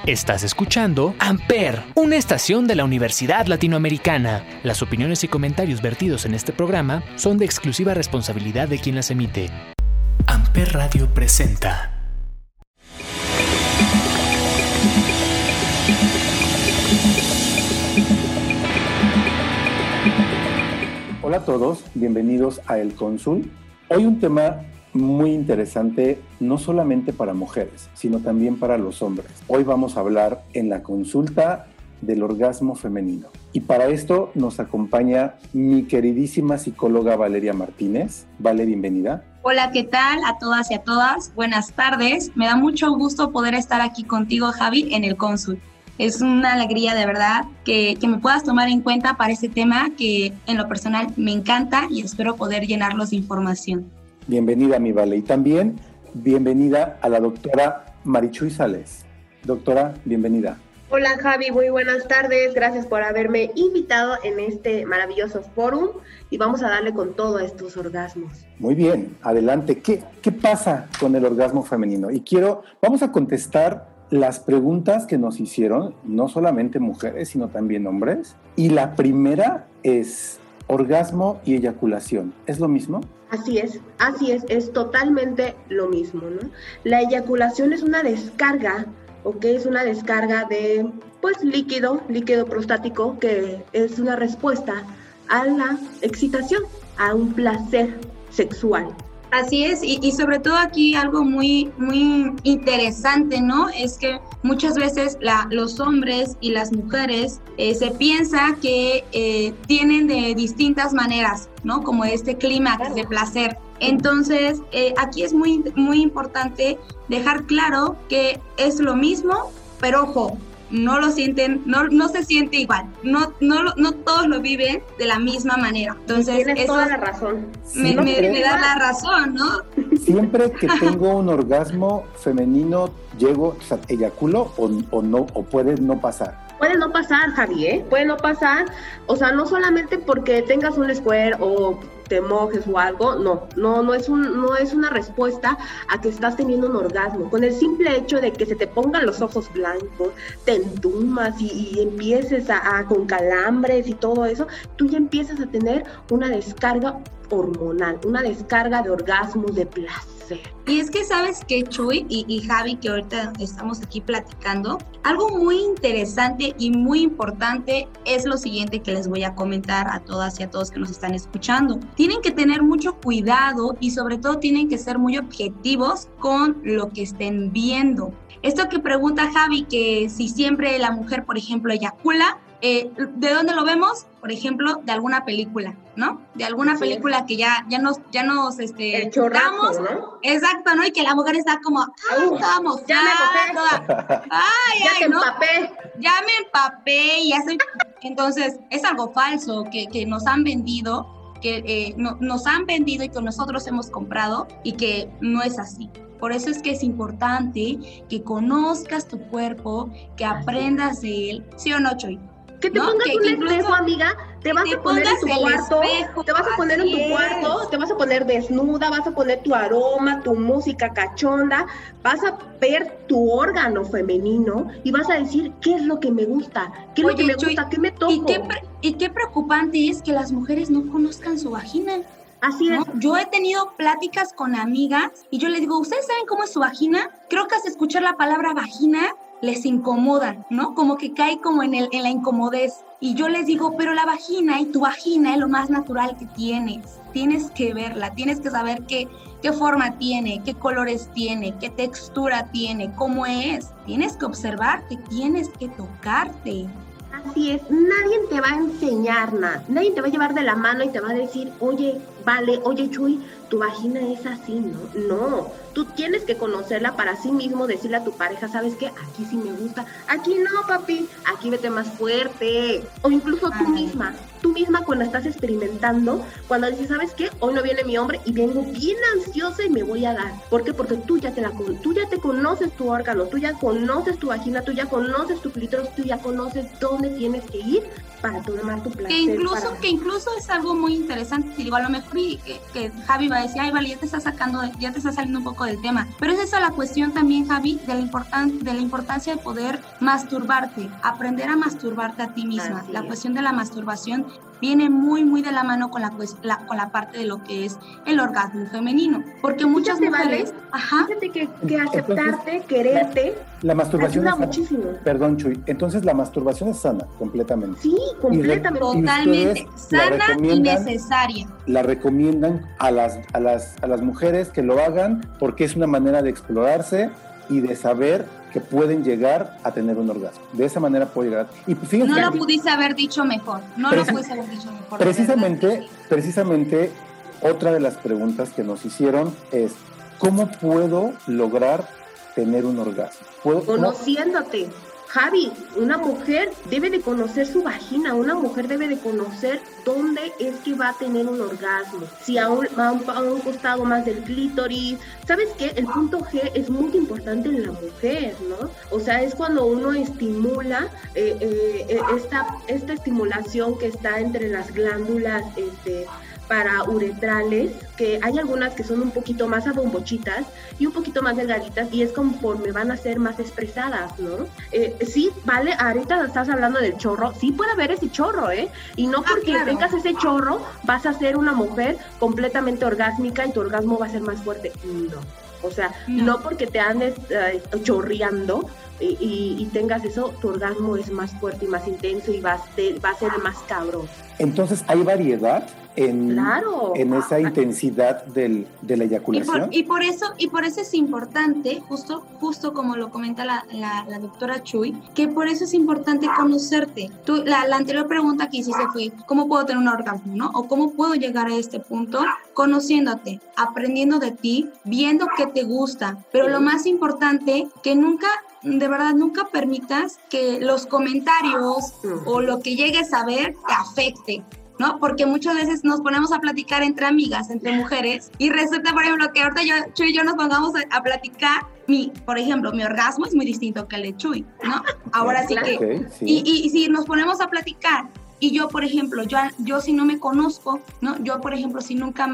Estás escuchando Amper, una estación de la Universidad Latinoamericana. Las opiniones y comentarios vertidos en este programa son de exclusiva responsabilidad de quien las emite. Amper Radio presenta. Hola a todos, bienvenidos a El Cónsul. Hoy un tema muy interesante, no solamente para mujeres, sino también para los hombres. Hoy vamos a hablar en la consulta del orgasmo femenino. Y para esto nos acompaña mi queridísima psicóloga Valeria Martínez. Vale, bienvenida. Hola, ¿qué tal a todas y a todas? Buenas tardes. Me da mucho gusto poder estar aquí contigo, Javi, en El Cónsul. Es una alegría de verdad que me puedas tomar en cuenta para este tema que en lo personal me encanta y espero poder llenarlos de información. Bienvenida, mi Vale. Y también bienvenida a la doctora Marichuy Sales. Doctora, bienvenida. Hola, Javi. Muy buenas tardes. Gracias por haberme invitado en este maravilloso fórum y vamos a darle con todo a estos orgasmos. Muy bien, adelante. ¿Qué pasa con el orgasmo femenino? Y vamos a contestar las preguntas que nos hicieron, no solamente mujeres, sino también hombres. Y la primera es: orgasmo y eyaculación, ¿es lo mismo? Así es totalmente lo mismo, ¿no? La eyaculación es una descarga, ¿ok? Es una descarga de, líquido prostático, que es una respuesta a la excitación, a un placer sexual. Así es, y sobre todo aquí algo muy, muy interesante, ¿no? Es que muchas veces los hombres y las mujeres se piensa que tienen de distintas maneras, ¿no? Como este clímax de placer. Entonces, aquí es muy, muy importante dejar claro que es lo mismo, pero ojo, no lo sienten, no se siente igual, no todos lo viven de la misma manera. Entonces, tienes toda la razón. Me da la razón, ¿no? Siempre que tengo un orgasmo femenino, eyaculo o no, o puede no pasar. Puede no pasar, Javi, ¿eh? Puede no pasar, o sea, no solamente porque tengas un squirt o te mojes o algo, no es una respuesta a que estás teniendo un orgasmo. Con el simple hecho de que se te pongan los ojos blancos, te entumas y empieces con calambres y todo eso, tú ya empiezas a tener una descarga hormonal, una descarga de orgasmos, de placer. Y es que sabes que Chuy y Javi, que ahorita estamos aquí platicando, algo muy interesante y muy importante es lo siguiente que les voy a comentar a todas y a todos que nos están escuchando. Tienen que tener mucho cuidado y sobre todo tienen que ser muy objetivos con lo que estén viendo. Esto que pregunta Javi, que si siempre la mujer, por ejemplo, eyacula, ¿de dónde lo vemos? Por ejemplo, de alguna película, ¿no? De alguna película que ya nos el chorrazo, ¿no? Exacto, ¿no? Y que la mujer está como, vamos, ya me mojé. Ya me empapé y ya soy. Entonces, es algo falso que nos han vendido, nos han vendido y que nosotros hemos comprado y que no es así. Por eso es que es importante que conozcas tu cuerpo, que aprendas de él, ¿sí o no, Choy? Que te pongas un espejo, amiga, te vas a poner en tu cuarto, te vas a poner en tu cuarto, te vas a poner desnuda, vas a poner tu aroma, tu música cachonda, vas a ver tu órgano femenino y vas a decir qué es lo que me gusta, qué es lo que me gusta, qué me toco. Y qué preocupante es que las mujeres no conozcan su vagina. Así es. ¿No? Yo he tenido pláticas con amigas y yo les digo, ¿ustedes saben cómo es su vagina? Creo que hasta escuchar la palabra vagina les incomoda, ¿no? Como que cae como en la incomodez. Y yo les digo, pero la vagina y tu vagina es lo más natural que tienes. Tienes que verla, tienes que saber qué forma tiene, qué colores tiene, qué textura tiene, cómo es. Tienes que observarte, tienes que tocarte. Así es, nadie te va a enseñar nada, nadie te va a llevar de la mano y te va a decir, oye, Vale, oye, Chuy, tu vagina es así, ¿no? No, tú tienes que conocerla para sí mismo, decirle a tu pareja, ¿sabes qué? Aquí sí me gusta, aquí no, papi, aquí vete más fuerte. O incluso tú misma cuando estás experimentando, cuando dices, ¿sabes qué? Hoy no viene mi hombre y vengo bien ansiosa y me voy a dar. ¿Por qué? Porque tú ya te conoces tu órgano, tú ya conoces tu vagina, tú ya conoces tu clítoris, tú ya conoces dónde tienes que ir para tomar tu placer. Que incluso es algo muy interesante, te digo, a lo mejor que Javi va a decir, ay, vale, ya te está saliendo un poco del tema, pero es esa la cuestión también, Javi, de la importancia de poder masturbarte, aprender a masturbarte a ti misma. La cuestión de la masturbación viene muy, muy de la mano con la parte de lo que es el orgasmo femenino, porque muchas mujeres... Fíjate que aceptarte, entonces, quererte... La masturbación ayuda muchísimo. Perdón, Chuy. Entonces la masturbación es sana, completamente. Sí, completamente. Totalmente sana y necesaria. La recomiendan a las mujeres que lo hagan porque es una manera de explorarse y de saber que pueden llegar a tener un orgasmo. De esa manera puede llegar. Y fíjense, no lo pudiste haber dicho mejor. Precisamente, otra de las preguntas que nos hicieron es, ¿cómo puedo lograr tener un orgasmo? Conociéndote. Javi, una mujer debe de conocer su vagina, una mujer debe de conocer dónde es que va a tener un orgasmo, si a un costado más del clítoris. ¿Sabes qué? El punto G es muy importante en la mujer, ¿no? O sea, es cuando uno estimula esta estimulación que está entre las glándulas parauretrales, que hay algunas que son un poquito más abombochitas y un poquito más delgaditas, y es conforme van a ser más expresadas, ¿no? Sí, vale, ahorita estás hablando del chorro, sí puede haber ese chorro, y no porque tengas ese chorro vas a ser una mujer completamente orgásmica y tu orgasmo va a ser más fuerte, no. O sea, no porque te andes chorreando y tengas eso, tu orgasmo es más fuerte y más intenso y va a ser más cabrón. Entonces, ¿hay variedad en esa intensidad de la eyaculación? Y por eso es importante, justo como lo comenta la doctora Chuy, que por eso es importante conocerte. La anterior pregunta que hiciste fue, ¿cómo puedo tener un orgasmo, no? O ¿cómo puedo llegar a este punto? Conociéndote, aprendiendo de ti, viendo qué te gusta. Pero lo más importante, que nunca permitas que los comentarios o lo que llegues a ver te afecte, ¿no? Porque muchas veces nos ponemos a platicar entre amigas, entre mujeres, y resulta, por ejemplo, que ahorita Chuy y yo nos pongamos a platicar, por ejemplo, mi orgasmo es muy distinto que el de Chuy, ¿no? Ahora sí que... Sí. Y si nos ponemos a platicar, y yo, por ejemplo, yo si no me conozco, ¿no? Yo, por ejemplo, si nunca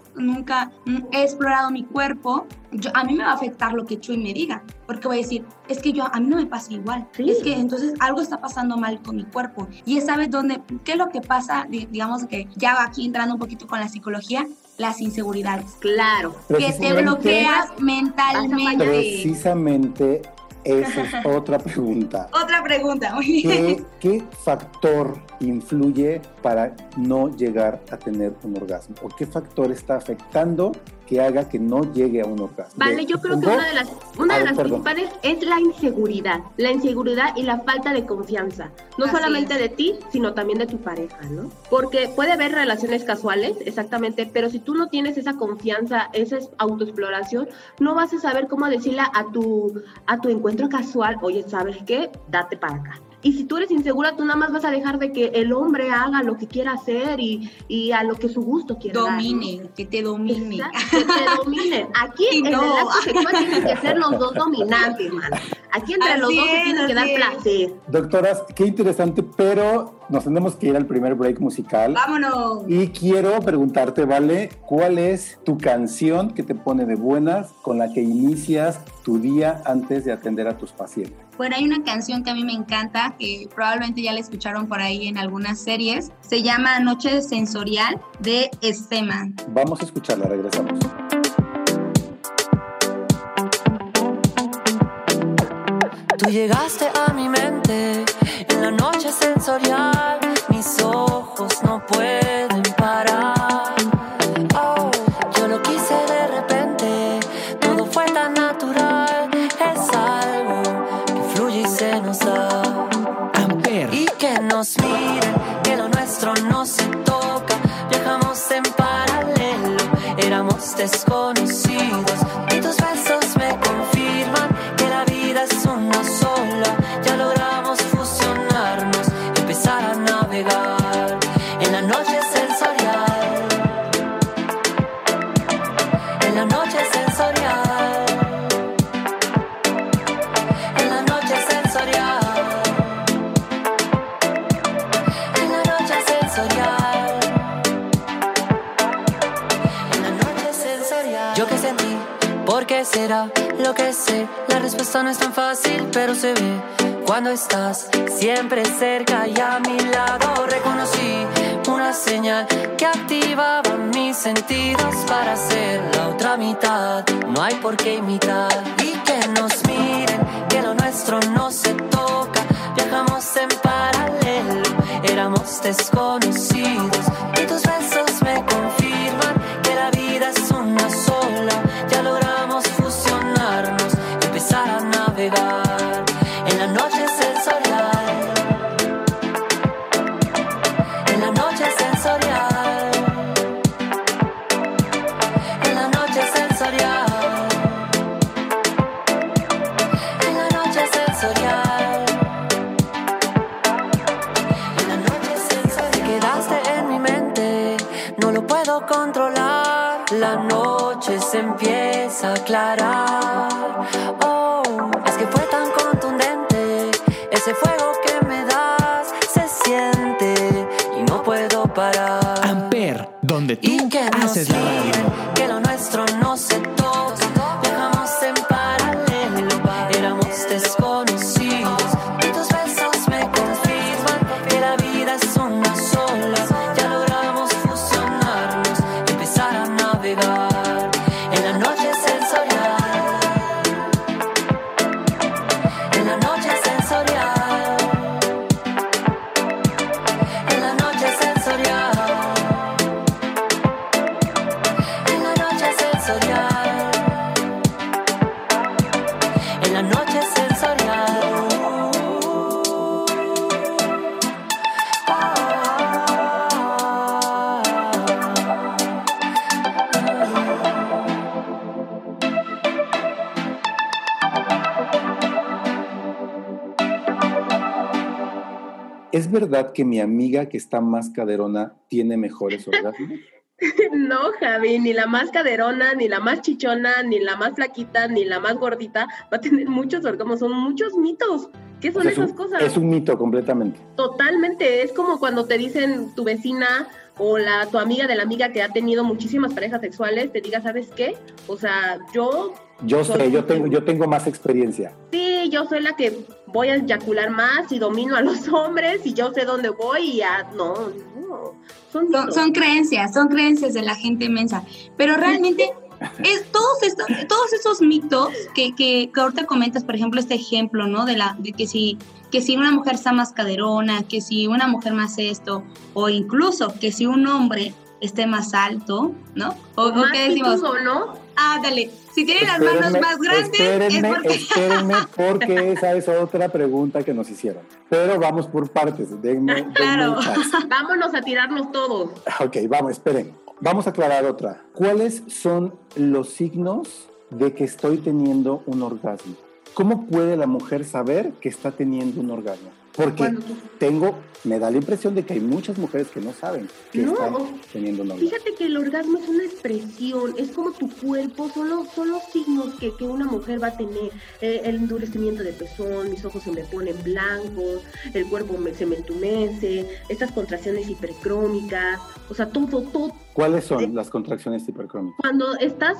he explorado mi cuerpo, a mí me va a afectar lo que Chuy me diga, porque voy a decir, es que a mí no me pasa igual, es que entonces algo está pasando mal con mi cuerpo. Y ¿sabes qué es lo que pasa? Digamos que ya aquí entrando un poquito con la psicología, las inseguridades. Claro. Que te bloqueas mentalmente. Precisamente esa es otra pregunta. Otra pregunta, muy bien. ¿Qué factor influye para no llegar a tener un orgasmo? ¿O qué factor está afectando que haga que no llegue a un orgasmo? Vale, yo creo que una de las principales es la inseguridad y la falta de confianza, no Así solamente es. de ti, sino también de tu pareja, ¿no? Porque puede haber relaciones casuales, exactamente, pero si tú no tienes esa confianza, esa autoexploración, no vas a saber cómo decirle a tu encuentro casual, oye, ¿sabes qué? Date para acá. Y si tú eres insegura, tú nada más vas a dejar de que el hombre haga lo que quiera hacer y a lo que su gusto quiera Domine, dar, ¿no? que te domine. Exacto, que te dominen. Aquí en el acto sexual tienen que ser los dos dominantes, man. Aquí entre los dos se tienen que dar placer. Doctoras, qué interesante, pero nos tenemos que ir al primer break musical. ¡Vámonos! Y quiero preguntarte, Vale, ¿cuál es tu canción que te pone de buenas, con la que inicias tu día antes de atender a tus pacientes? Bueno, hay una canción que a mí me encanta, que probablemente ya la escucharon por ahí en algunas series. Se llama Noche Sensorial de Esteman. Vamos a escucharla, regresamos. Tú llegaste a mi mente en la noche sensorial. Mis ojos no pueden parar. Oh, yo lo quise de repente. Todo fue tan natural. Es algo que fluye y se nos da. Amper. Y que nos miren, que lo nuestro no se toca. Viajamos en paralelo, éramos desconocidos. Y tus besos me confirman que la vida es una sola. Ya logramos fusionarnos, empezar a navegar en la noche sensorial. En la noche sensorial. En la noche sensorial. En qué será lo que sé. La respuesta no es tan fácil, pero se ve cuando estás siempre cerca y a mi lado. Reconocí una señal que activaba mis sentidos para ser la otra mitad. No hay por qué imitar y que nos miren, que lo nuestro no se toca. Viajamos en paralelo, éramos desconocidos y tus besos me confirman que la vida es una sola. Ya logramos fusionarnos y empezar a navegar en la noche sensorial, en la noche sensorial, en la noche sensorial, en la noche sensorial, en la noche sensorial. Te quedaste en mi mente, no lo puedo controlar. La noche se empieza a aclarar. Oh, es que fue tan contundente ese fuego que me das, se siente y no puedo parar. Amper, donde tú Y que haces la radio. que lo nuestro no se toca. Viajamos en paralelo, éramos desconocidos y tus besos me confirman que la vida es una sola. Ya logramos fusionarnos y empezar a navegar en la noche sensorial, en la noche sensorial, en la noche sensorial, en la noche sensorial, en la noche sensorial. ¿Es verdad que mi amiga que está más caderona tiene mejores orgasmos? No, Javi, ni la más caderona, ni la más chichona, ni la más flaquita, ni la más gordita va a tener muchos orgasmos. Son muchos mitos. ¿Qué son O sea, esas cosas? Es un mito completamente. Totalmente. Es como cuando te dicen tu vecina o tu amiga de la amiga que ha tenido muchísimas parejas sexuales, te diga, ¿sabes qué? O sea, yo Sé, yo tengo más experiencia. sí, yo soy la que voy a eyacular más y domino a los hombres y yo sé dónde voy y ya, no. Son mitos. Son creencias de la gente inmensa. Pero realmente todos esos mitos que ahorita comentas, por ejemplo, este ejemplo, ¿no? De que si una mujer está más caderona, que si una mujer más esto, o incluso que si un hombre esté más alto, ¿no? O Más ¿qué decimos? pitudo, ¿no? Dale, si tiene las manos más grandes Espérenme, porque esa es otra pregunta que nos hicieron. Pero vamos por partes. Denme Claro. el chance. Vámonos a tirarnos todos. Ok, esperen. Vamos a aclarar otra. ¿Cuáles son los signos de que estoy teniendo un orgasmo? ¿Cómo puede la mujer saber que está teniendo un orgasmo? Porque me da la impresión de que hay muchas mujeres que no saben que están teniendo un orgasmo. Fíjate que el orgasmo es una expresión, es como tu cuerpo, son los signos que una mujer va a tener. El endurecimiento de pezón, mis ojos se me ponen blancos, el cuerpo se me entumece, estas contracciones hipercrómicas, o sea, todo. ¿Cuáles son las contracciones hipercrómicas? Cuando estás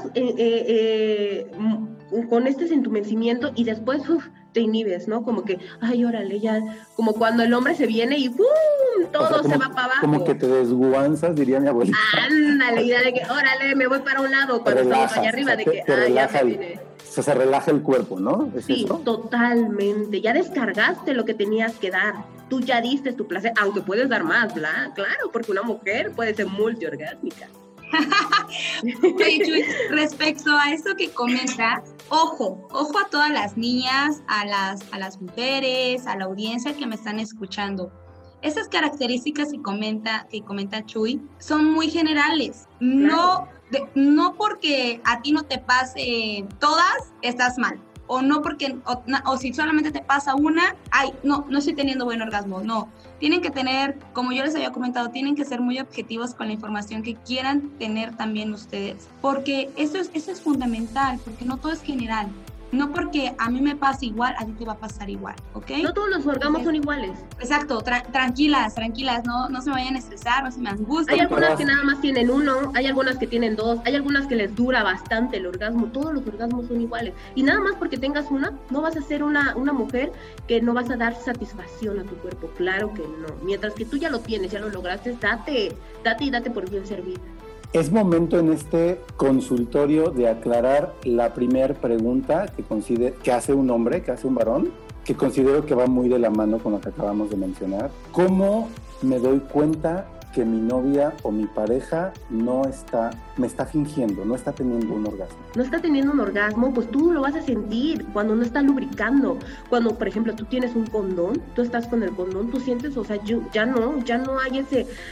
con este entumecimiento y después te inhibes, ¿no? Como que, ay, órale, ya, como cuando el hombre se viene y ¡pum! Todo, o sea, se va para abajo. Como que te desguanzas, diría mi abuelita. Ándale, idea de que, órale, me voy para un lado, cuando estamos allá arriba, de que, ya me vine. Se relaja el cuerpo, ¿no? Sí, eso? Totalmente. Ya descargaste lo que tenías que dar. Tú ya diste tu placer, aunque puedes dar más, ¿verdad? Claro, porque una mujer puede ser multiorgásmica. Oye, Chuy, respecto a eso que comentas, ojo a todas las niñas, a las mujeres, a la audiencia que me están escuchando. Esas características que comenta Chuy son muy generales. Claro. No porque a ti no te pase todas, estás mal. O no porque, o si solamente te pasa una, no estoy teniendo buen orgasmo. No, tienen que tener, como yo les había comentado, tienen que ser muy objetivos con la información que quieran tener también ustedes. Porque eso es fundamental, porque no todo es general. no porque a mí me pasa igual, a ti te va a pasar igual, ¿ok? No todos los orgasmos son iguales. Exacto, tranquilas, no se me vayan a estresar, no se me angustien. Hay algunas que nada más tienen uno, hay algunas que tienen dos, hay algunas que les dura bastante el orgasmo, todos los orgasmos son iguales. Y nada más porque tengas una, no vas a ser una mujer que no vas a dar satisfacción a tu cuerpo, claro que no. Mientras que tú ya lo tienes, ya lo lograste, date por bien servida. Es momento en este consultorio de aclarar la primera pregunta que hace un hombre, que hace un varón, que considero que va muy de la mano con lo que acabamos de mencionar. ¿Cómo me doy cuenta que mi novia o mi pareja me está fingiendo, no está teniendo un orgasmo? No está teniendo un orgasmo, pues tú lo vas a sentir cuando no está lubricando. Cuando, por ejemplo, tú tienes un condón, tú estás con el condón, tú sientes, o sea, ya no hay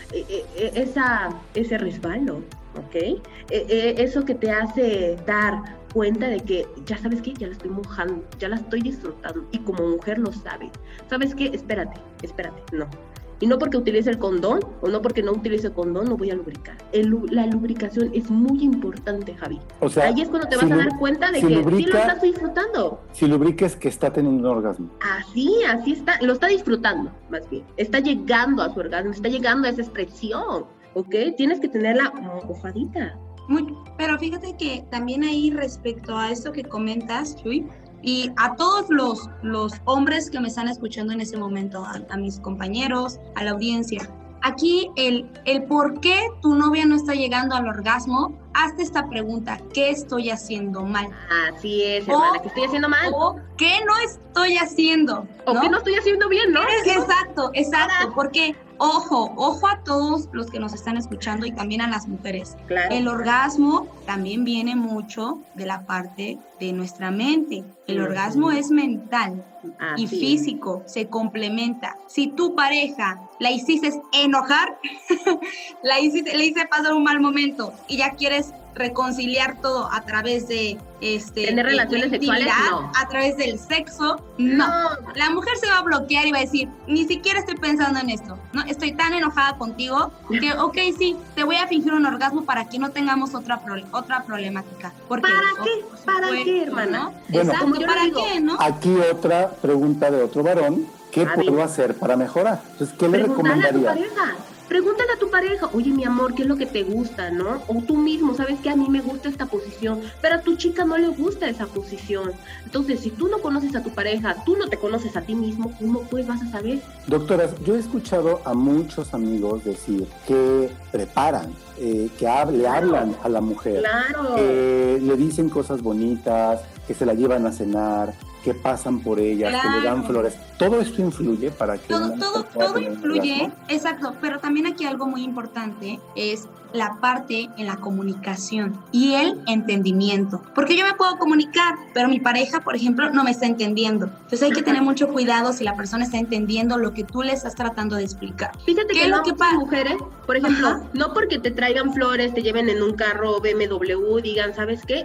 ese resbalo, ¿ok? Eso que te hace dar cuenta de que, ya sabes qué, ya la estoy mojando, ya la estoy disfrutando, y como mujer lo sabes. ¿Sabes qué? Espérate, no. Y no porque utilice el condón o no porque no utilice el condón no voy a lubricar. La lubricación es muy importante, Javi. O sea, ahí es cuando te vas a dar cuenta de que sí lo estás disfrutando. Si lubrica es que está teniendo un orgasmo. Así está, lo está disfrutando, más bien. Está llegando a su orgasmo, está llegando a esa expresión, ¿ok? Tienes que tenerla mojadita. Pero fíjate que también ahí respecto a esto que comentas, Chuy, y a todos los hombres que me están escuchando en ese momento, a mis compañeros, a la audiencia, aquí el por qué tu novia no está llegando al orgasmo, hazte esta pregunta: ¿qué estoy haciendo mal? Así es, hermana, ¿qué estoy haciendo mal? O ¿qué no estoy haciendo? O ¿qué no estoy haciendo bien, no? Exacto, porque ojo a todos los que nos están escuchando y también a las mujeres. Claro. El orgasmo también viene mucho de la parte de nuestra mente. El orgasmo es mental y físico, se complementa. Si tu pareja la hiciste enojar, le hice pasar un mal momento y ya quieres reconciliar todo a través de tener relaciones sexuales, no. A través del sexo, no. La mujer se va a bloquear y va a decir, ni siquiera estoy pensando en esto, no, estoy tan enojada contigo que, ok, sí, te voy a fingir un orgasmo para que no tengamos otra problemática. Porque ¿Para qué, hermana? ¿No? Bueno, exacto, ¿para qué, no? Aquí otra pregunta de otro varón: ¿qué puedo hacer para mejorar? Entonces, ¿qué le recomendaría? Pregúntale a tu pareja, oye, mi amor, ¿qué es lo que te gusta, no? O tú mismo, ¿sabes qué? A mí me gusta esta posición, pero a tu chica no le gusta esa posición. Entonces, si tú no conoces a tu pareja, tú no te conoces a ti mismo, ¿cómo pues vas a saber? Doctoras, yo he escuchado a muchos amigos decir que preparan, le hablan a la mujer, claro, le dicen cosas bonitas, que se la llevan a cenar, que pasan por ella, claro, que le dan flores. Todo esto influye para que... Todo influye, exacto, pero también aquí algo muy importante es la parte en la comunicación y el entendimiento. Porque yo me puedo comunicar, pero mi pareja, por ejemplo, no me está entendiendo. Entonces hay que tener mucho cuidado si la persona está entendiendo lo que tú le estás tratando de explicar. Fíjate que lo que pasa, mujeres, por ejemplo, no porque te traigan flores, te lleven en un carro BMW, digan, ¿sabes qué?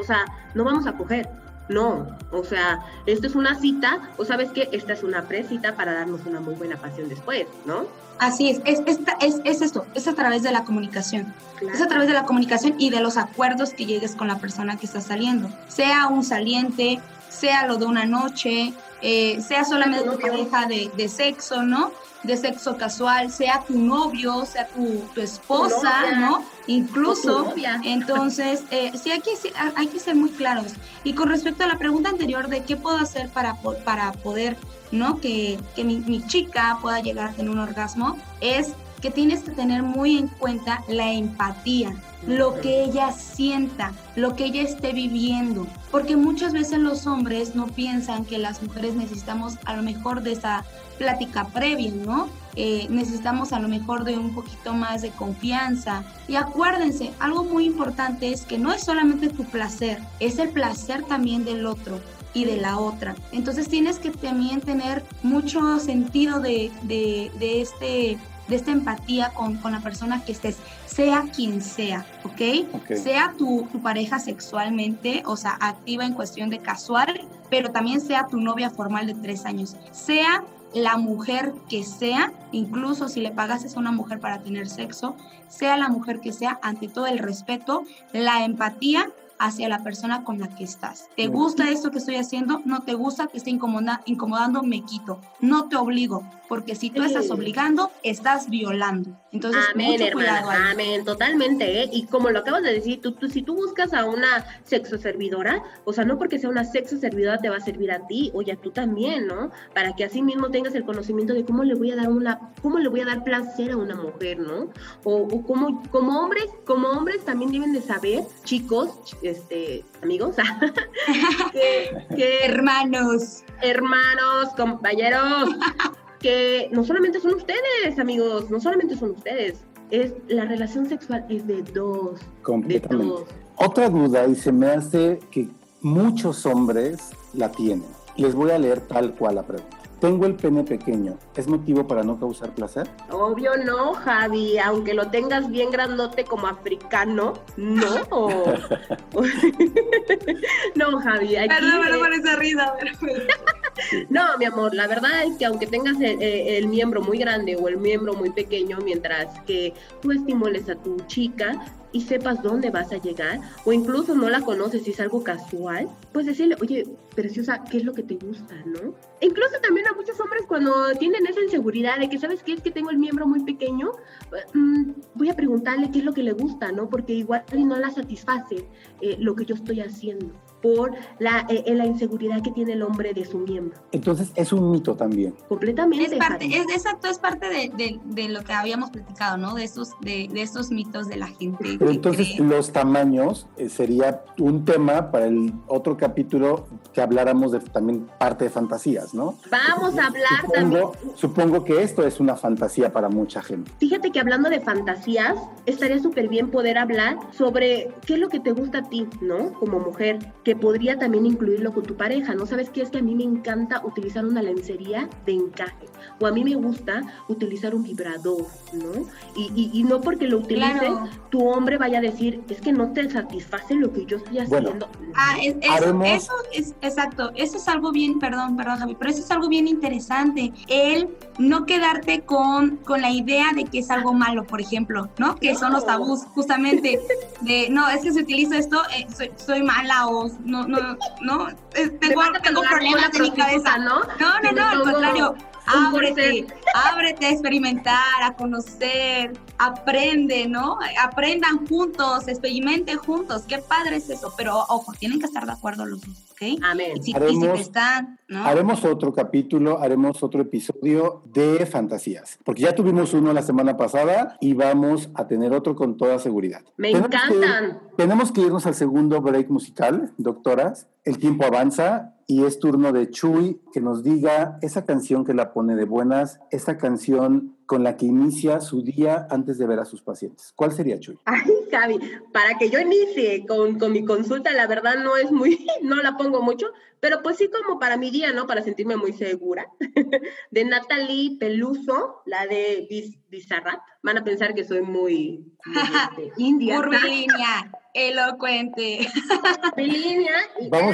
No vamos a coger. No, o sea, esto es una cita, o sabes qué, esta es una precita para darnos una muy buena pasión después, ¿no? Así es esto, es a través de la comunicación. Claro. Es a través de la comunicación y de los acuerdos que llegues con la persona que está saliendo. Sea un saliente, sea lo de una noche, sea solamente tu pareja de sexo, ¿no? De sexo casual, sea tu novio, sea tu esposa, ¿no? Incluso, entonces, sí hay que ser muy claros. Y con respecto a la pregunta anterior de qué puedo hacer para poder, ¿no? Que mi chica pueda llegar a tener un orgasmo, es que tienes que tener muy en cuenta la empatía, lo que ella sienta, lo que ella esté viviendo, porque muchas veces los hombres no piensan que las mujeres necesitamos a lo mejor de esa plática previa, ¿no? Necesitamos a lo mejor de un poquito más de confianza. Y acuérdense, algo muy importante es que no es solamente tu placer, es el placer también del otro y de la otra. Entonces tienes que también tener mucho sentido de esta empatía con la persona que estés, sea quien sea, ¿ok? Sea tu pareja sexualmente, o sea, activa en cuestión de casual, pero también sea tu novia formal de 3 años, sea la mujer que sea, incluso si le pagases a una mujer para tener sexo, sea la mujer que sea, ante todo el respeto, la empatía hacia la persona con la que estás. ¿Te gusta esto que estoy haciendo? ¿No te gusta? ¿Te está incomodando? Me quito. No te obligo, porque si tú estás obligando, estás violando. Entonces, amén, mucho hermana, cuidado ahí. amén, totalmente, ¿eh? Y como lo acabas de decir, si tú buscas a una sexoservidora, o sea, no porque sea una sexoservidora te va a servir a ti, oye, a tú también, ¿no? Para que así mismo tengas el conocimiento de cómo le voy a dar placer a una mujer, ¿no? O como hombres también deben de saber, chicos, amigos, que Hermanos, compañeros, que no solamente son ustedes, amigos, no solamente son ustedes, la relación sexual es de dos. Completamente. De dos. Otra duda, y se me hace que muchos hombres la tienen. Les voy a leer tal cual la pregunta. Tengo el pene pequeño, ¿es motivo para no causar placer? Obvio no, Javi, aunque lo tengas bien grandote como africano, no. No, Javi, aquí... Perdón por esa risa, pero... No, mi amor, la verdad es que aunque tengas el miembro muy grande o el miembro muy pequeño, mientras que tú estimules a tu chica y sepas dónde vas a llegar, o incluso no la conoces y es algo casual, pues decirle, oye, preciosa, ¿qué es lo que te gusta, no? E incluso también a muchos hombres cuando tienen esa inseguridad de que, ¿sabes qué? Es que tengo el miembro muy pequeño, voy a preguntarle qué es lo que le gusta, ¿no? Porque igual no la satisface lo que yo estoy haciendo por la inseguridad que tiene el hombre de su miembro. Entonces es un mito también. Completamente. Es parte de lo que habíamos platicado, ¿no? De estos mitos de la gente. Pero entonces los tamaños sería un tema para el otro capítulo que habláramos de también parte de fantasías, ¿no? Vamos a hablar también. Supongo que esto es una fantasía para mucha gente. Fíjate que hablando de fantasías, estaría súper bien poder hablar sobre qué es lo que te gusta a ti, ¿no? Como mujer, que podría también incluirlo con tu pareja, ¿no? ¿Sabes qué? Es que a mí me encanta utilizar una lencería de encaje, o a mí me gusta utilizar un vibrador, ¿no? Y no porque lo utilices, claro, tu hombre vaya a decir, es que no te satisface lo que yo estoy haciendo. Bueno, eso es, exacto, eso es algo bien, perdón, Javi, pero eso es algo bien interesante, el no quedarte con la idea de que es algo malo, por ejemplo, ¿no? Que son los tabús, justamente, de, no, es que si utilizo esto, soy mala, o no, tengo problemas en mi cabeza, ¿no? No, al contrario, ábrete a experimentar, a conocer, aprende, ¿no? Aprendan juntos, experimenten juntos, qué padre es eso, pero ojo, tienen que estar de acuerdo los dos, ¿ok? Amén. Y si te están, ¿no? Haremos otro capítulo, haremos otro episodio de fantasías, porque ya tuvimos uno la semana pasada y vamos a tener otro con toda seguridad. Me encantan. Tenemos que irnos al segundo break musical, doctoras. El tiempo avanza y es turno de Chuy que nos diga esa canción que la pone de buenas, esa canción con la que inicia su día antes de ver a sus pacientes. ¿Cuál sería, Chuy? Ay, Javi, para que yo inicie con mi consulta, la verdad no la pongo mucho, pero pues sí como para mi día, ¿no? Para sentirme muy segura. De Natalie Peluso, la de Bizarrap. Van a pensar que soy muy india. Curvilínea, elocuente. Curvilínea. Vamos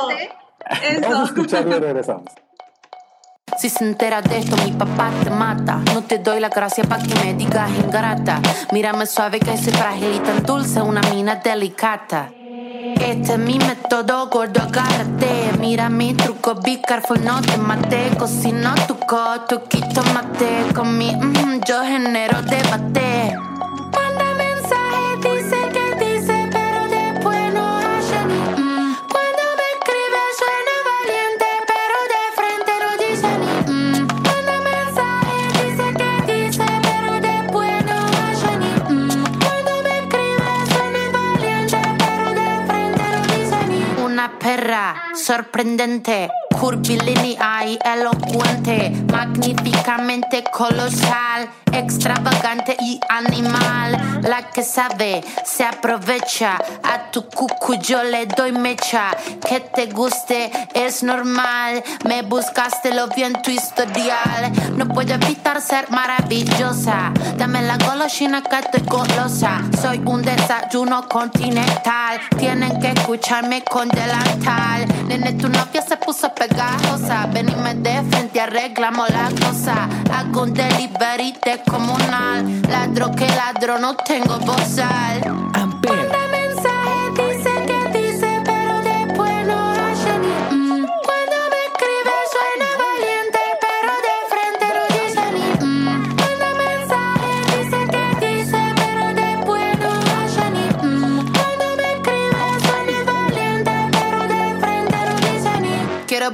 a escucharlo y regresamos. Si se entera de esto, mi papá te mata. No te doy la gracia pa' que me digas ingrata. Mírame suave que soy frágil y tan dulce, una mina delicata. Este es mi método, gordo, agárrate. Mira mi truco, be careful, no te mate. Cocino tu quito mate. Con mi yo genero debate. Manda mensaje, dice que dice, pero después no hace ni Cuando me escribe suena valiente, pero de frente no dice ni Manda mensaje, dice que dice, pero después no hace ni Cuando me escribe suena valiente, pero de frente no dice ni Una perra sorprendente, curvilínea y elocuente, magníficamente colosal, extravagante y animal. La que sabe se aprovecha, a tu cucu yo le doy mecha. Que te guste es normal, me buscaste, lo vi en tu historial. No puedo evitar ser maravillosa, dame la golosina que estoy golosa. Soy un desayuno continental, tienen que escucharme con delantal. Nene, tu novia se puso pegajosa, venime de frente, arreglamos la cosa. Hago un delivery descomunal, ladro que ladro, no tengo bozal. Amper. Manda mensaje, dice que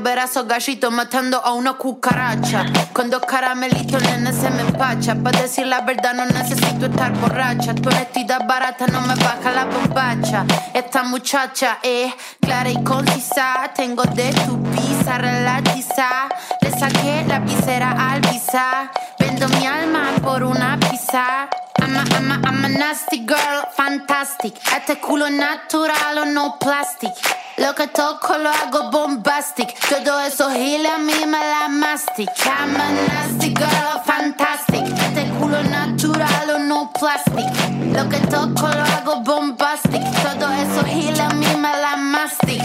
ver a esos gallitos matando a una cucaracha. Con 2 caramelitos, nene, se me empacha. Pa' decir la verdad no necesito estar borracha. Tu honestidad barata no me baja la bombacha. Esta muchacha es clara y concisa. Tengo de tu pizza relatiza. Le saqué la visera al visa. Vendo mi alma por una pizza. I'm a nasty girl, fantastic. Este culo es natural o no plastic. Lo que toco lo hago bombastic. Todo eso giles a mí me la mastic. I'm a nasty girl, fantastic. Este culo es natural o no plastic. Lo que toco lo hago bombastic. Todo eso giles a mí me la mastic.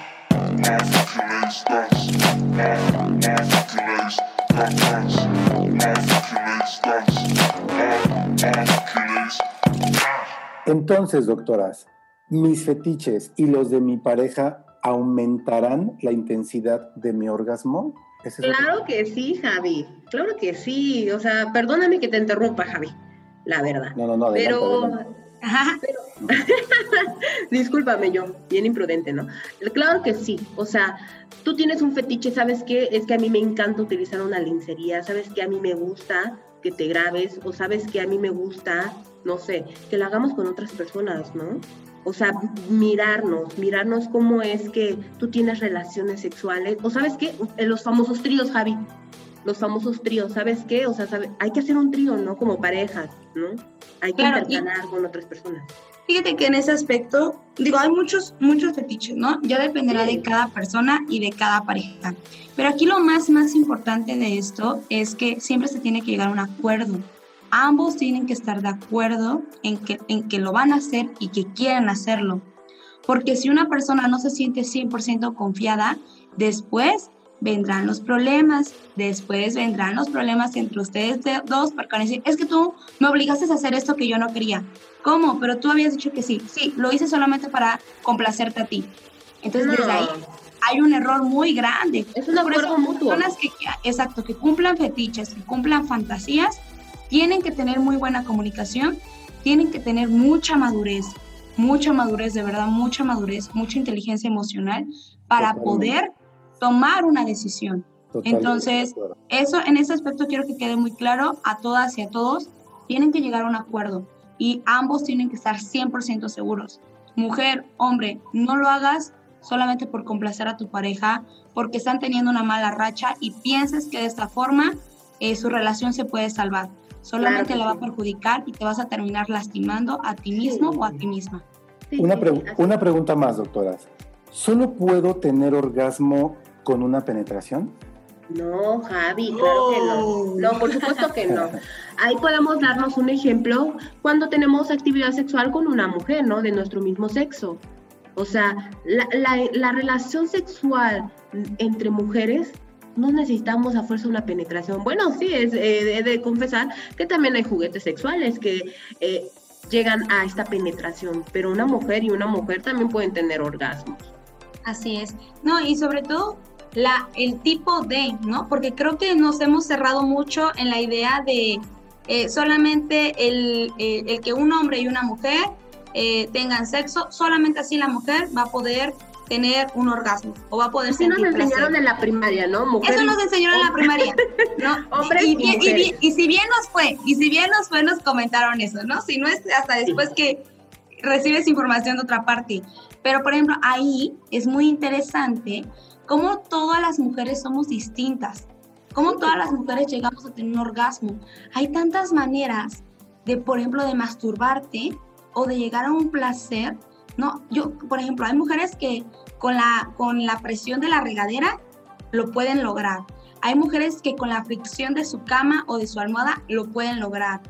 Entonces, doctoras, ¿mis fetiches y los de mi pareja aumentarán la intensidad de mi orgasmo? Claro que sí, Javi. Claro que sí. O sea, perdóname que te interrumpa, Javi. La verdad. No, adelante, pero... adelante. Pero... Discúlpame yo, bien imprudente, ¿no? Claro que sí. O sea, tú tienes un fetiche, ¿sabes qué? Es que a mí me encanta utilizar una lencería. ¿Sabes qué? A mí me gusta que te grabes. O ¿sabes qué? A mí me gusta, no sé, que lo hagamos con otras personas, ¿no? O sea, mirarnos cómo es que tú tienes relaciones sexuales. O ¿sabes qué? Los famosos tríos, Javi. Los famosos tríos, ¿sabes qué? O sea, hay que hacer un trío, ¿no? Como parejas, ¿no? Hay que intercalar con otras personas. Fíjate que en ese aspecto, hay muchos fetiches, ¿no? Ya dependerá de cada persona y de cada pareja. Pero aquí lo más importante de esto es que siempre se tiene que llegar a un acuerdo. Ambos tienen que estar de acuerdo en que lo van a hacer y que quieren hacerlo. Porque si una persona no se siente 100% confiada, después vendrán los problemas. Después vendrán los problemas entre ustedes dos, porque van a decir, es que tú me obligaste a hacer esto que yo no quería. ¿Cómo? Pero tú habías dicho que sí. Sí, lo hice solamente para complacerte a ti. Entonces, desde ahí hay un error muy grande. Es un acuerdo mutuo. Personas que cumplan fetiches, que cumplan fantasías, tienen que tener muy buena comunicación, tienen que tener mucha madurez, de verdad, mucha madurez, mucha inteligencia emocional para poder tomar una decisión. Entonces, eso en ese aspecto quiero que quede muy claro a todas y a todos, tienen que llegar a un acuerdo y ambos tienen que estar 100% seguros. Mujer, hombre, no lo hagas solamente por complacer a tu pareja, porque están teniendo una mala racha y pienses que de esta forma su relación se puede salvar. Solamente la va a perjudicar y te vas a terminar lastimando a ti mismo o a ti misma. Una pregunta más, doctoras. ¿Solo puedo tener orgasmo con una penetración? No, Javi, claro que no. No, por supuesto que no. Ahí podemos darnos un ejemplo cuando tenemos actividad sexual con una mujer, ¿no? De nuestro mismo sexo. O sea, la relación sexual entre mujeres no necesitamos a fuerza una penetración. Bueno, sí, he de confesar que también hay juguetes sexuales que llegan a esta penetración, pero una mujer y una mujer también pueden tener orgasmos. Así es. No, y sobre todo el tipo de, ¿no? Porque creo que nos hemos cerrado mucho en la idea de solamente el que un hombre y una mujer tengan sexo, solamente así la mujer va a poder tener un orgasmo o va a poder sentir placer. Eso nos enseñaron en la primaria, ¿no? Mujeres. Eso nos enseñaron en la primaria, ¿no? Hombres y si bien nos fue, nos comentaron eso, ¿no? Si no es hasta después que recibes información de otra parte. Pero, por ejemplo, ahí es muy interesante cómo todas las mujeres somos distintas, cómo todas las mujeres llegamos a tener un orgasmo. Hay tantas maneras de, por ejemplo, de masturbarte o de llegar a un placer, ¿no? Yo, por ejemplo, hay mujeres que con la presión de la regadera lo pueden lograr. Hay mujeres que con la fricción de su cama o de su almohada lo pueden lograr.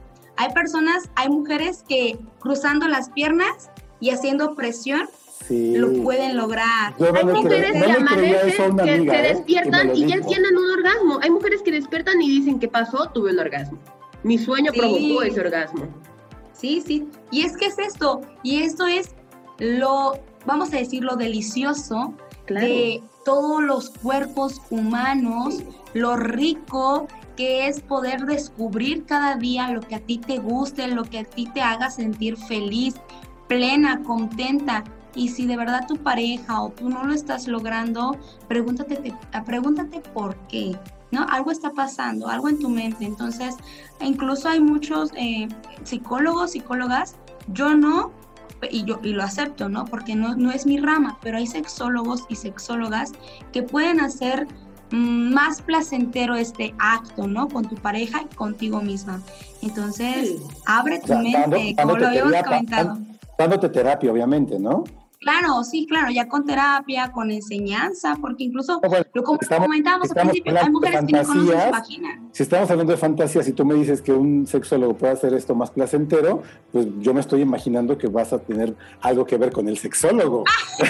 Hay mujeres que cruzando las piernas y haciendo presión lo pueden lograr. Hay mujeres que amanecen, que se despiertan y ya tienen un orgasmo. Hay mujeres que despiertan y dicen, ¿qué pasó? Tuve un orgasmo. Mi sueño provocó ese orgasmo. Sí. Y es que es esto. Y esto es vamos a decir, lo delicioso de todos los cuerpos humanos, lo rico que es poder descubrir cada día lo que a ti te guste, lo que a ti te haga sentir feliz, plena, contenta. Y si de verdad tu pareja o tú no lo estás logrando, pregúntate por qué, ¿no? Algo está pasando, algo en tu mente. Entonces, incluso hay muchos psicólogos, psicólogas, yo no, y lo acepto, ¿no? Porque no es mi rama, pero hay sexólogos y sexólogas que pueden hacer más placentero este acto, ¿no? Con tu pareja y contigo misma. Entonces, abre tu mente, como lo habíamos comentado. Dándote terapia, obviamente, ¿no? Claro, sí, claro, ya con terapia, con enseñanza, porque incluso, como comentábamos al principio, hay mujeres que no conocen su vagina. Si estamos hablando de fantasías y tú me dices que un sexólogo puede hacer esto más placentero, pues yo me estoy imaginando que vas a tener algo que ver con el sexólogo.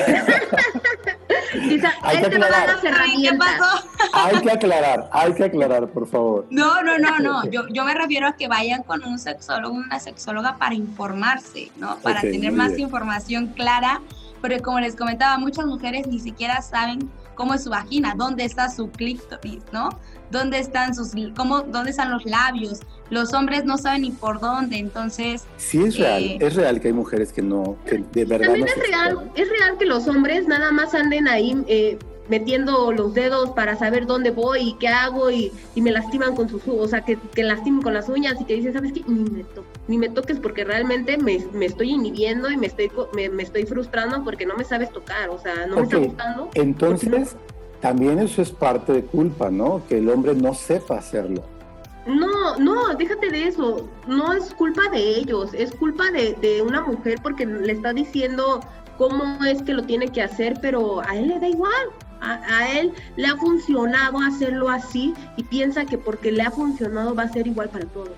Hay que aclarar. ¿Qué pasó? Hay que aclarar, por favor. No. Yo me refiero a que vayan con un sexólogo, una sexóloga para informarse, ¿no? Para tener más información clara, porque como les comentaba, muchas mujeres ni siquiera saben cómo es su vagina, dónde está su clítoris, ¿no? ¿Dónde están dónde están los labios? Los hombres no saben ni por dónde, entonces... Sí, es real que hay mujeres que de verdad también no es real que los hombres nada más anden ahí metiendo los dedos para saber dónde voy y qué hago y me lastiman con sus, o sea, que lastimen con las uñas y que dicen, ¿sabes qué? Ni me toques porque realmente me estoy inhibiendo y me estoy frustrando porque no me sabes tocar, o sea, no me está gustando. Entonces, también eso es parte de culpa, ¿no? Que el hombre no sepa hacerlo. No, déjate de eso, no es culpa de ellos, es culpa de una mujer porque le está diciendo cómo es que lo tiene que hacer, pero a él le da igual. A él le ha funcionado hacerlo así y piensa que porque le ha funcionado va a ser igual para todos.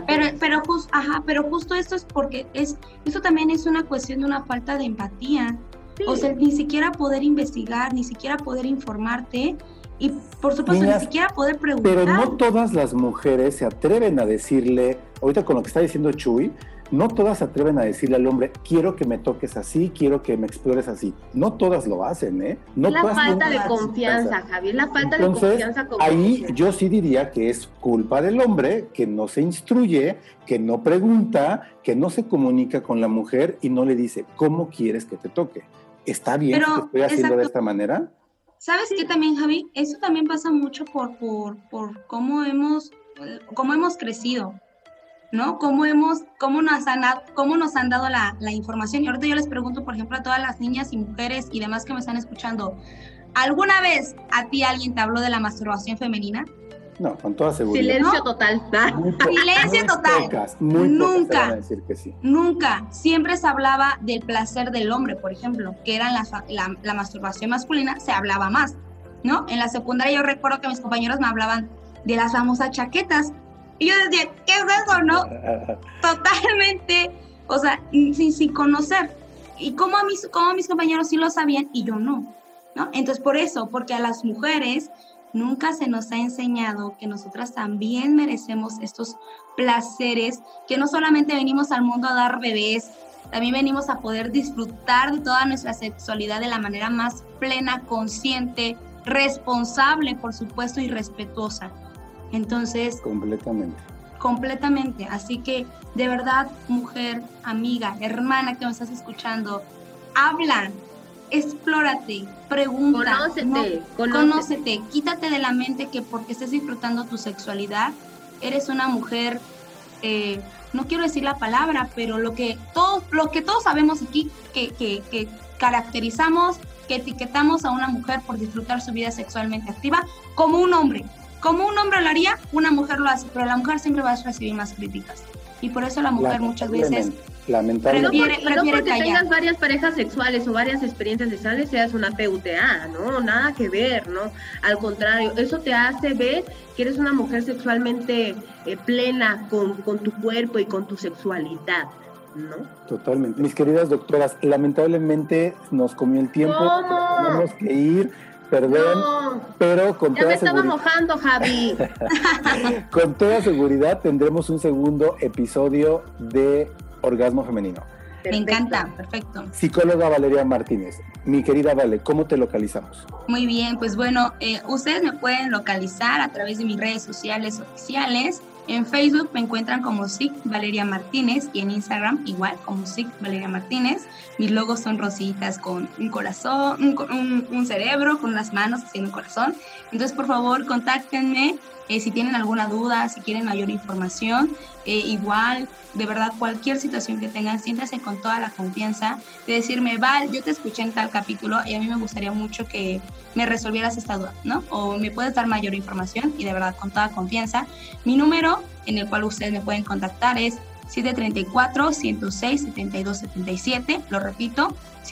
Pero justo esto es porque eso también es una cuestión de una falta de empatía. Sí. O sea, ni siquiera poder investigar, ni siquiera poder informarte y por supuesto ni siquiera poder preguntar. Pero no todas las mujeres se atreven a decirle, ahorita con lo que está diciendo Chuy, no todas se atreven a decirle al hombre, quiero que me toques así, quiero que me explores así. No todas lo hacen, ¿eh? No la falta de confianza, Javier, la falta de confianza. Ahí yo sí diría que es culpa del hombre que no se instruye, que no pregunta, que no se comunica con la mujer y no le dice, ¿cómo quieres que te toque? ¿Está bien que te estoy haciendo de esta manera? ¿Sabes qué también, Javi? Eso también pasa mucho por cómo hemos crecido, ¿no? Cómo nos han dado la información. Y ahorita yo les pregunto, por ejemplo, a todas las niñas y mujeres y demás que me están escuchando, ¿alguna vez a ti alguien te habló de la masturbación femenina? No, con toda seguridad. Silencio total. Silencio total. Nunca. Decir que sí. Nunca. Siempre se hablaba del placer del hombre, por ejemplo, que era la masturbación masculina, se hablaba más, ¿no? En la secundaria yo recuerdo que mis compañeros me hablaban de las famosas chaquetas. Y yo decía, ¿qué es eso, no? Totalmente, o sea, sin conocer. Y como mis compañeros sí lo sabían y yo no, ¿no? Entonces, porque a las mujeres nunca se nos ha enseñado que nosotras también merecemos estos placeres, que no solamente venimos al mundo a dar bebés, también venimos a poder disfrutar de toda nuestra sexualidad de la manera más plena, consciente, responsable, por supuesto, y respetuosa. Entonces... Completamente. Así que, de verdad, mujer, amiga, hermana que me estás escuchando, habla, explórate, pregunta. Conócete. Quítate de la mente que porque estés disfrutando tu sexualidad, eres una mujer, no quiero decir la palabra, pero lo que todos sabemos aquí, que caracterizamos, que etiquetamos a una mujer por disfrutar su vida sexualmente activa como un hombre. Como un hombre lo haría, una mujer lo hace, pero la mujer siempre va a recibir más críticas. Y por eso la mujer muchas veces prefiere porque callar. Tengas varias parejas sexuales o varias experiencias sexuales, seas una PUTA, ¿no? Nada que ver, ¿no? Al contrario, eso te hace ver que eres una mujer sexualmente plena con tu cuerpo y con tu sexualidad, ¿no? Totalmente. Mis queridas doctoras, lamentablemente nos comió el tiempo. ¿Cómo? Tenemos que ir. Perdón, pero con toda seguridad. Ya me estaba mojando, Javi. Con toda seguridad tendremos un segundo episodio de Orgasmo Femenino. Perfecto. Me encanta, perfecto. Psicóloga Valeria Martínez. Mi querida Vale, ¿cómo te localizamos? Muy bien, pues bueno, ustedes me pueden localizar a través de mis redes sociales oficiales. En Facebook me encuentran como SIC Valeria Martínez y en Instagram igual como SIC Valeria Martínez. Mis logos son rositas con un corazón, un cerebro, con unas manos haciendo un corazón. Entonces, por favor, contáctenme si tienen alguna duda, si quieren mayor información. Igual, de verdad, cualquier situación que tengan, siéntanse con toda la confianza de decirme, Val, yo te escuché en tal capítulo y a mí me gustaría mucho que me resolvieras esta duda, ¿no? O me puedes dar mayor información y de verdad, con toda confianza. Mi número en el cual ustedes me pueden contactar es 734-106-7277, lo repito,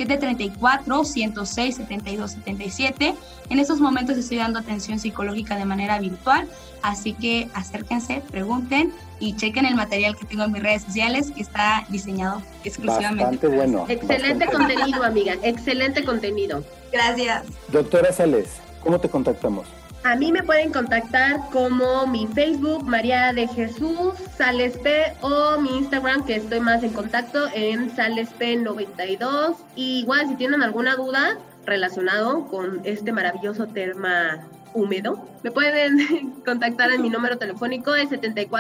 734-106-7277. En estos momentos estoy dando atención psicológica de manera virtual, así que acérquense, pregunten y chequen el material que tengo en mis redes sociales, que está diseñado exclusivamente. Bastante bueno. Excelente contenido, amiga, excelente contenido. Gracias. Doctora Sales, ¿cómo te contactamos? A mí me pueden contactar como mi Facebook, María de Jesús Sales P, o mi Instagram, que estoy más en contacto, en SalesP92. Y igual, si tienen alguna duda relacionado con este maravilloso tema húmedo, me pueden contactar en mi número telefónico, es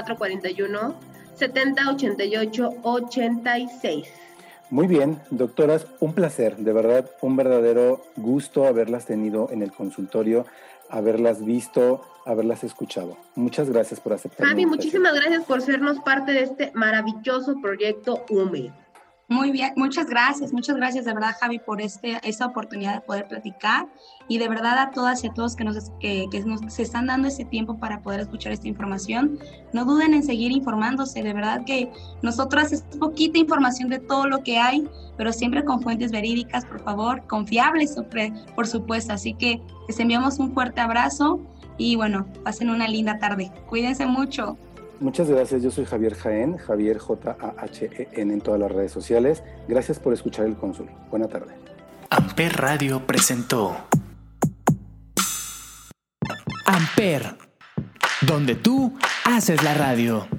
7441-7088-86. Muy bien, doctoras, un placer, de verdad, un verdadero gusto haberlas tenido en el consultorio, haberlas visto, haberlas escuchado. Muchas gracias por aceptar. Javi, muchísimas gracias por sernos parte de este maravilloso proyecto húmedo. Muy bien, muchas gracias de verdad, Javi, por esta oportunidad de poder platicar, y de verdad a todas y a todos que nos se están dando ese tiempo para poder escuchar esta información. No duden en seguir informándose, de verdad que nosotras es poquita información de todo lo que hay, pero siempre con fuentes verídicas, por favor, confiables, por supuesto. Así que les enviamos un fuerte abrazo y bueno, pasen una linda tarde. Cuídense mucho. Muchas gracias, yo soy Javier Jaén, Javier Jahen en todas las redes sociales. Gracias por escuchar el Cónsul. Buena tarde. Amper Radio presentó Amper, donde tú haces la radio.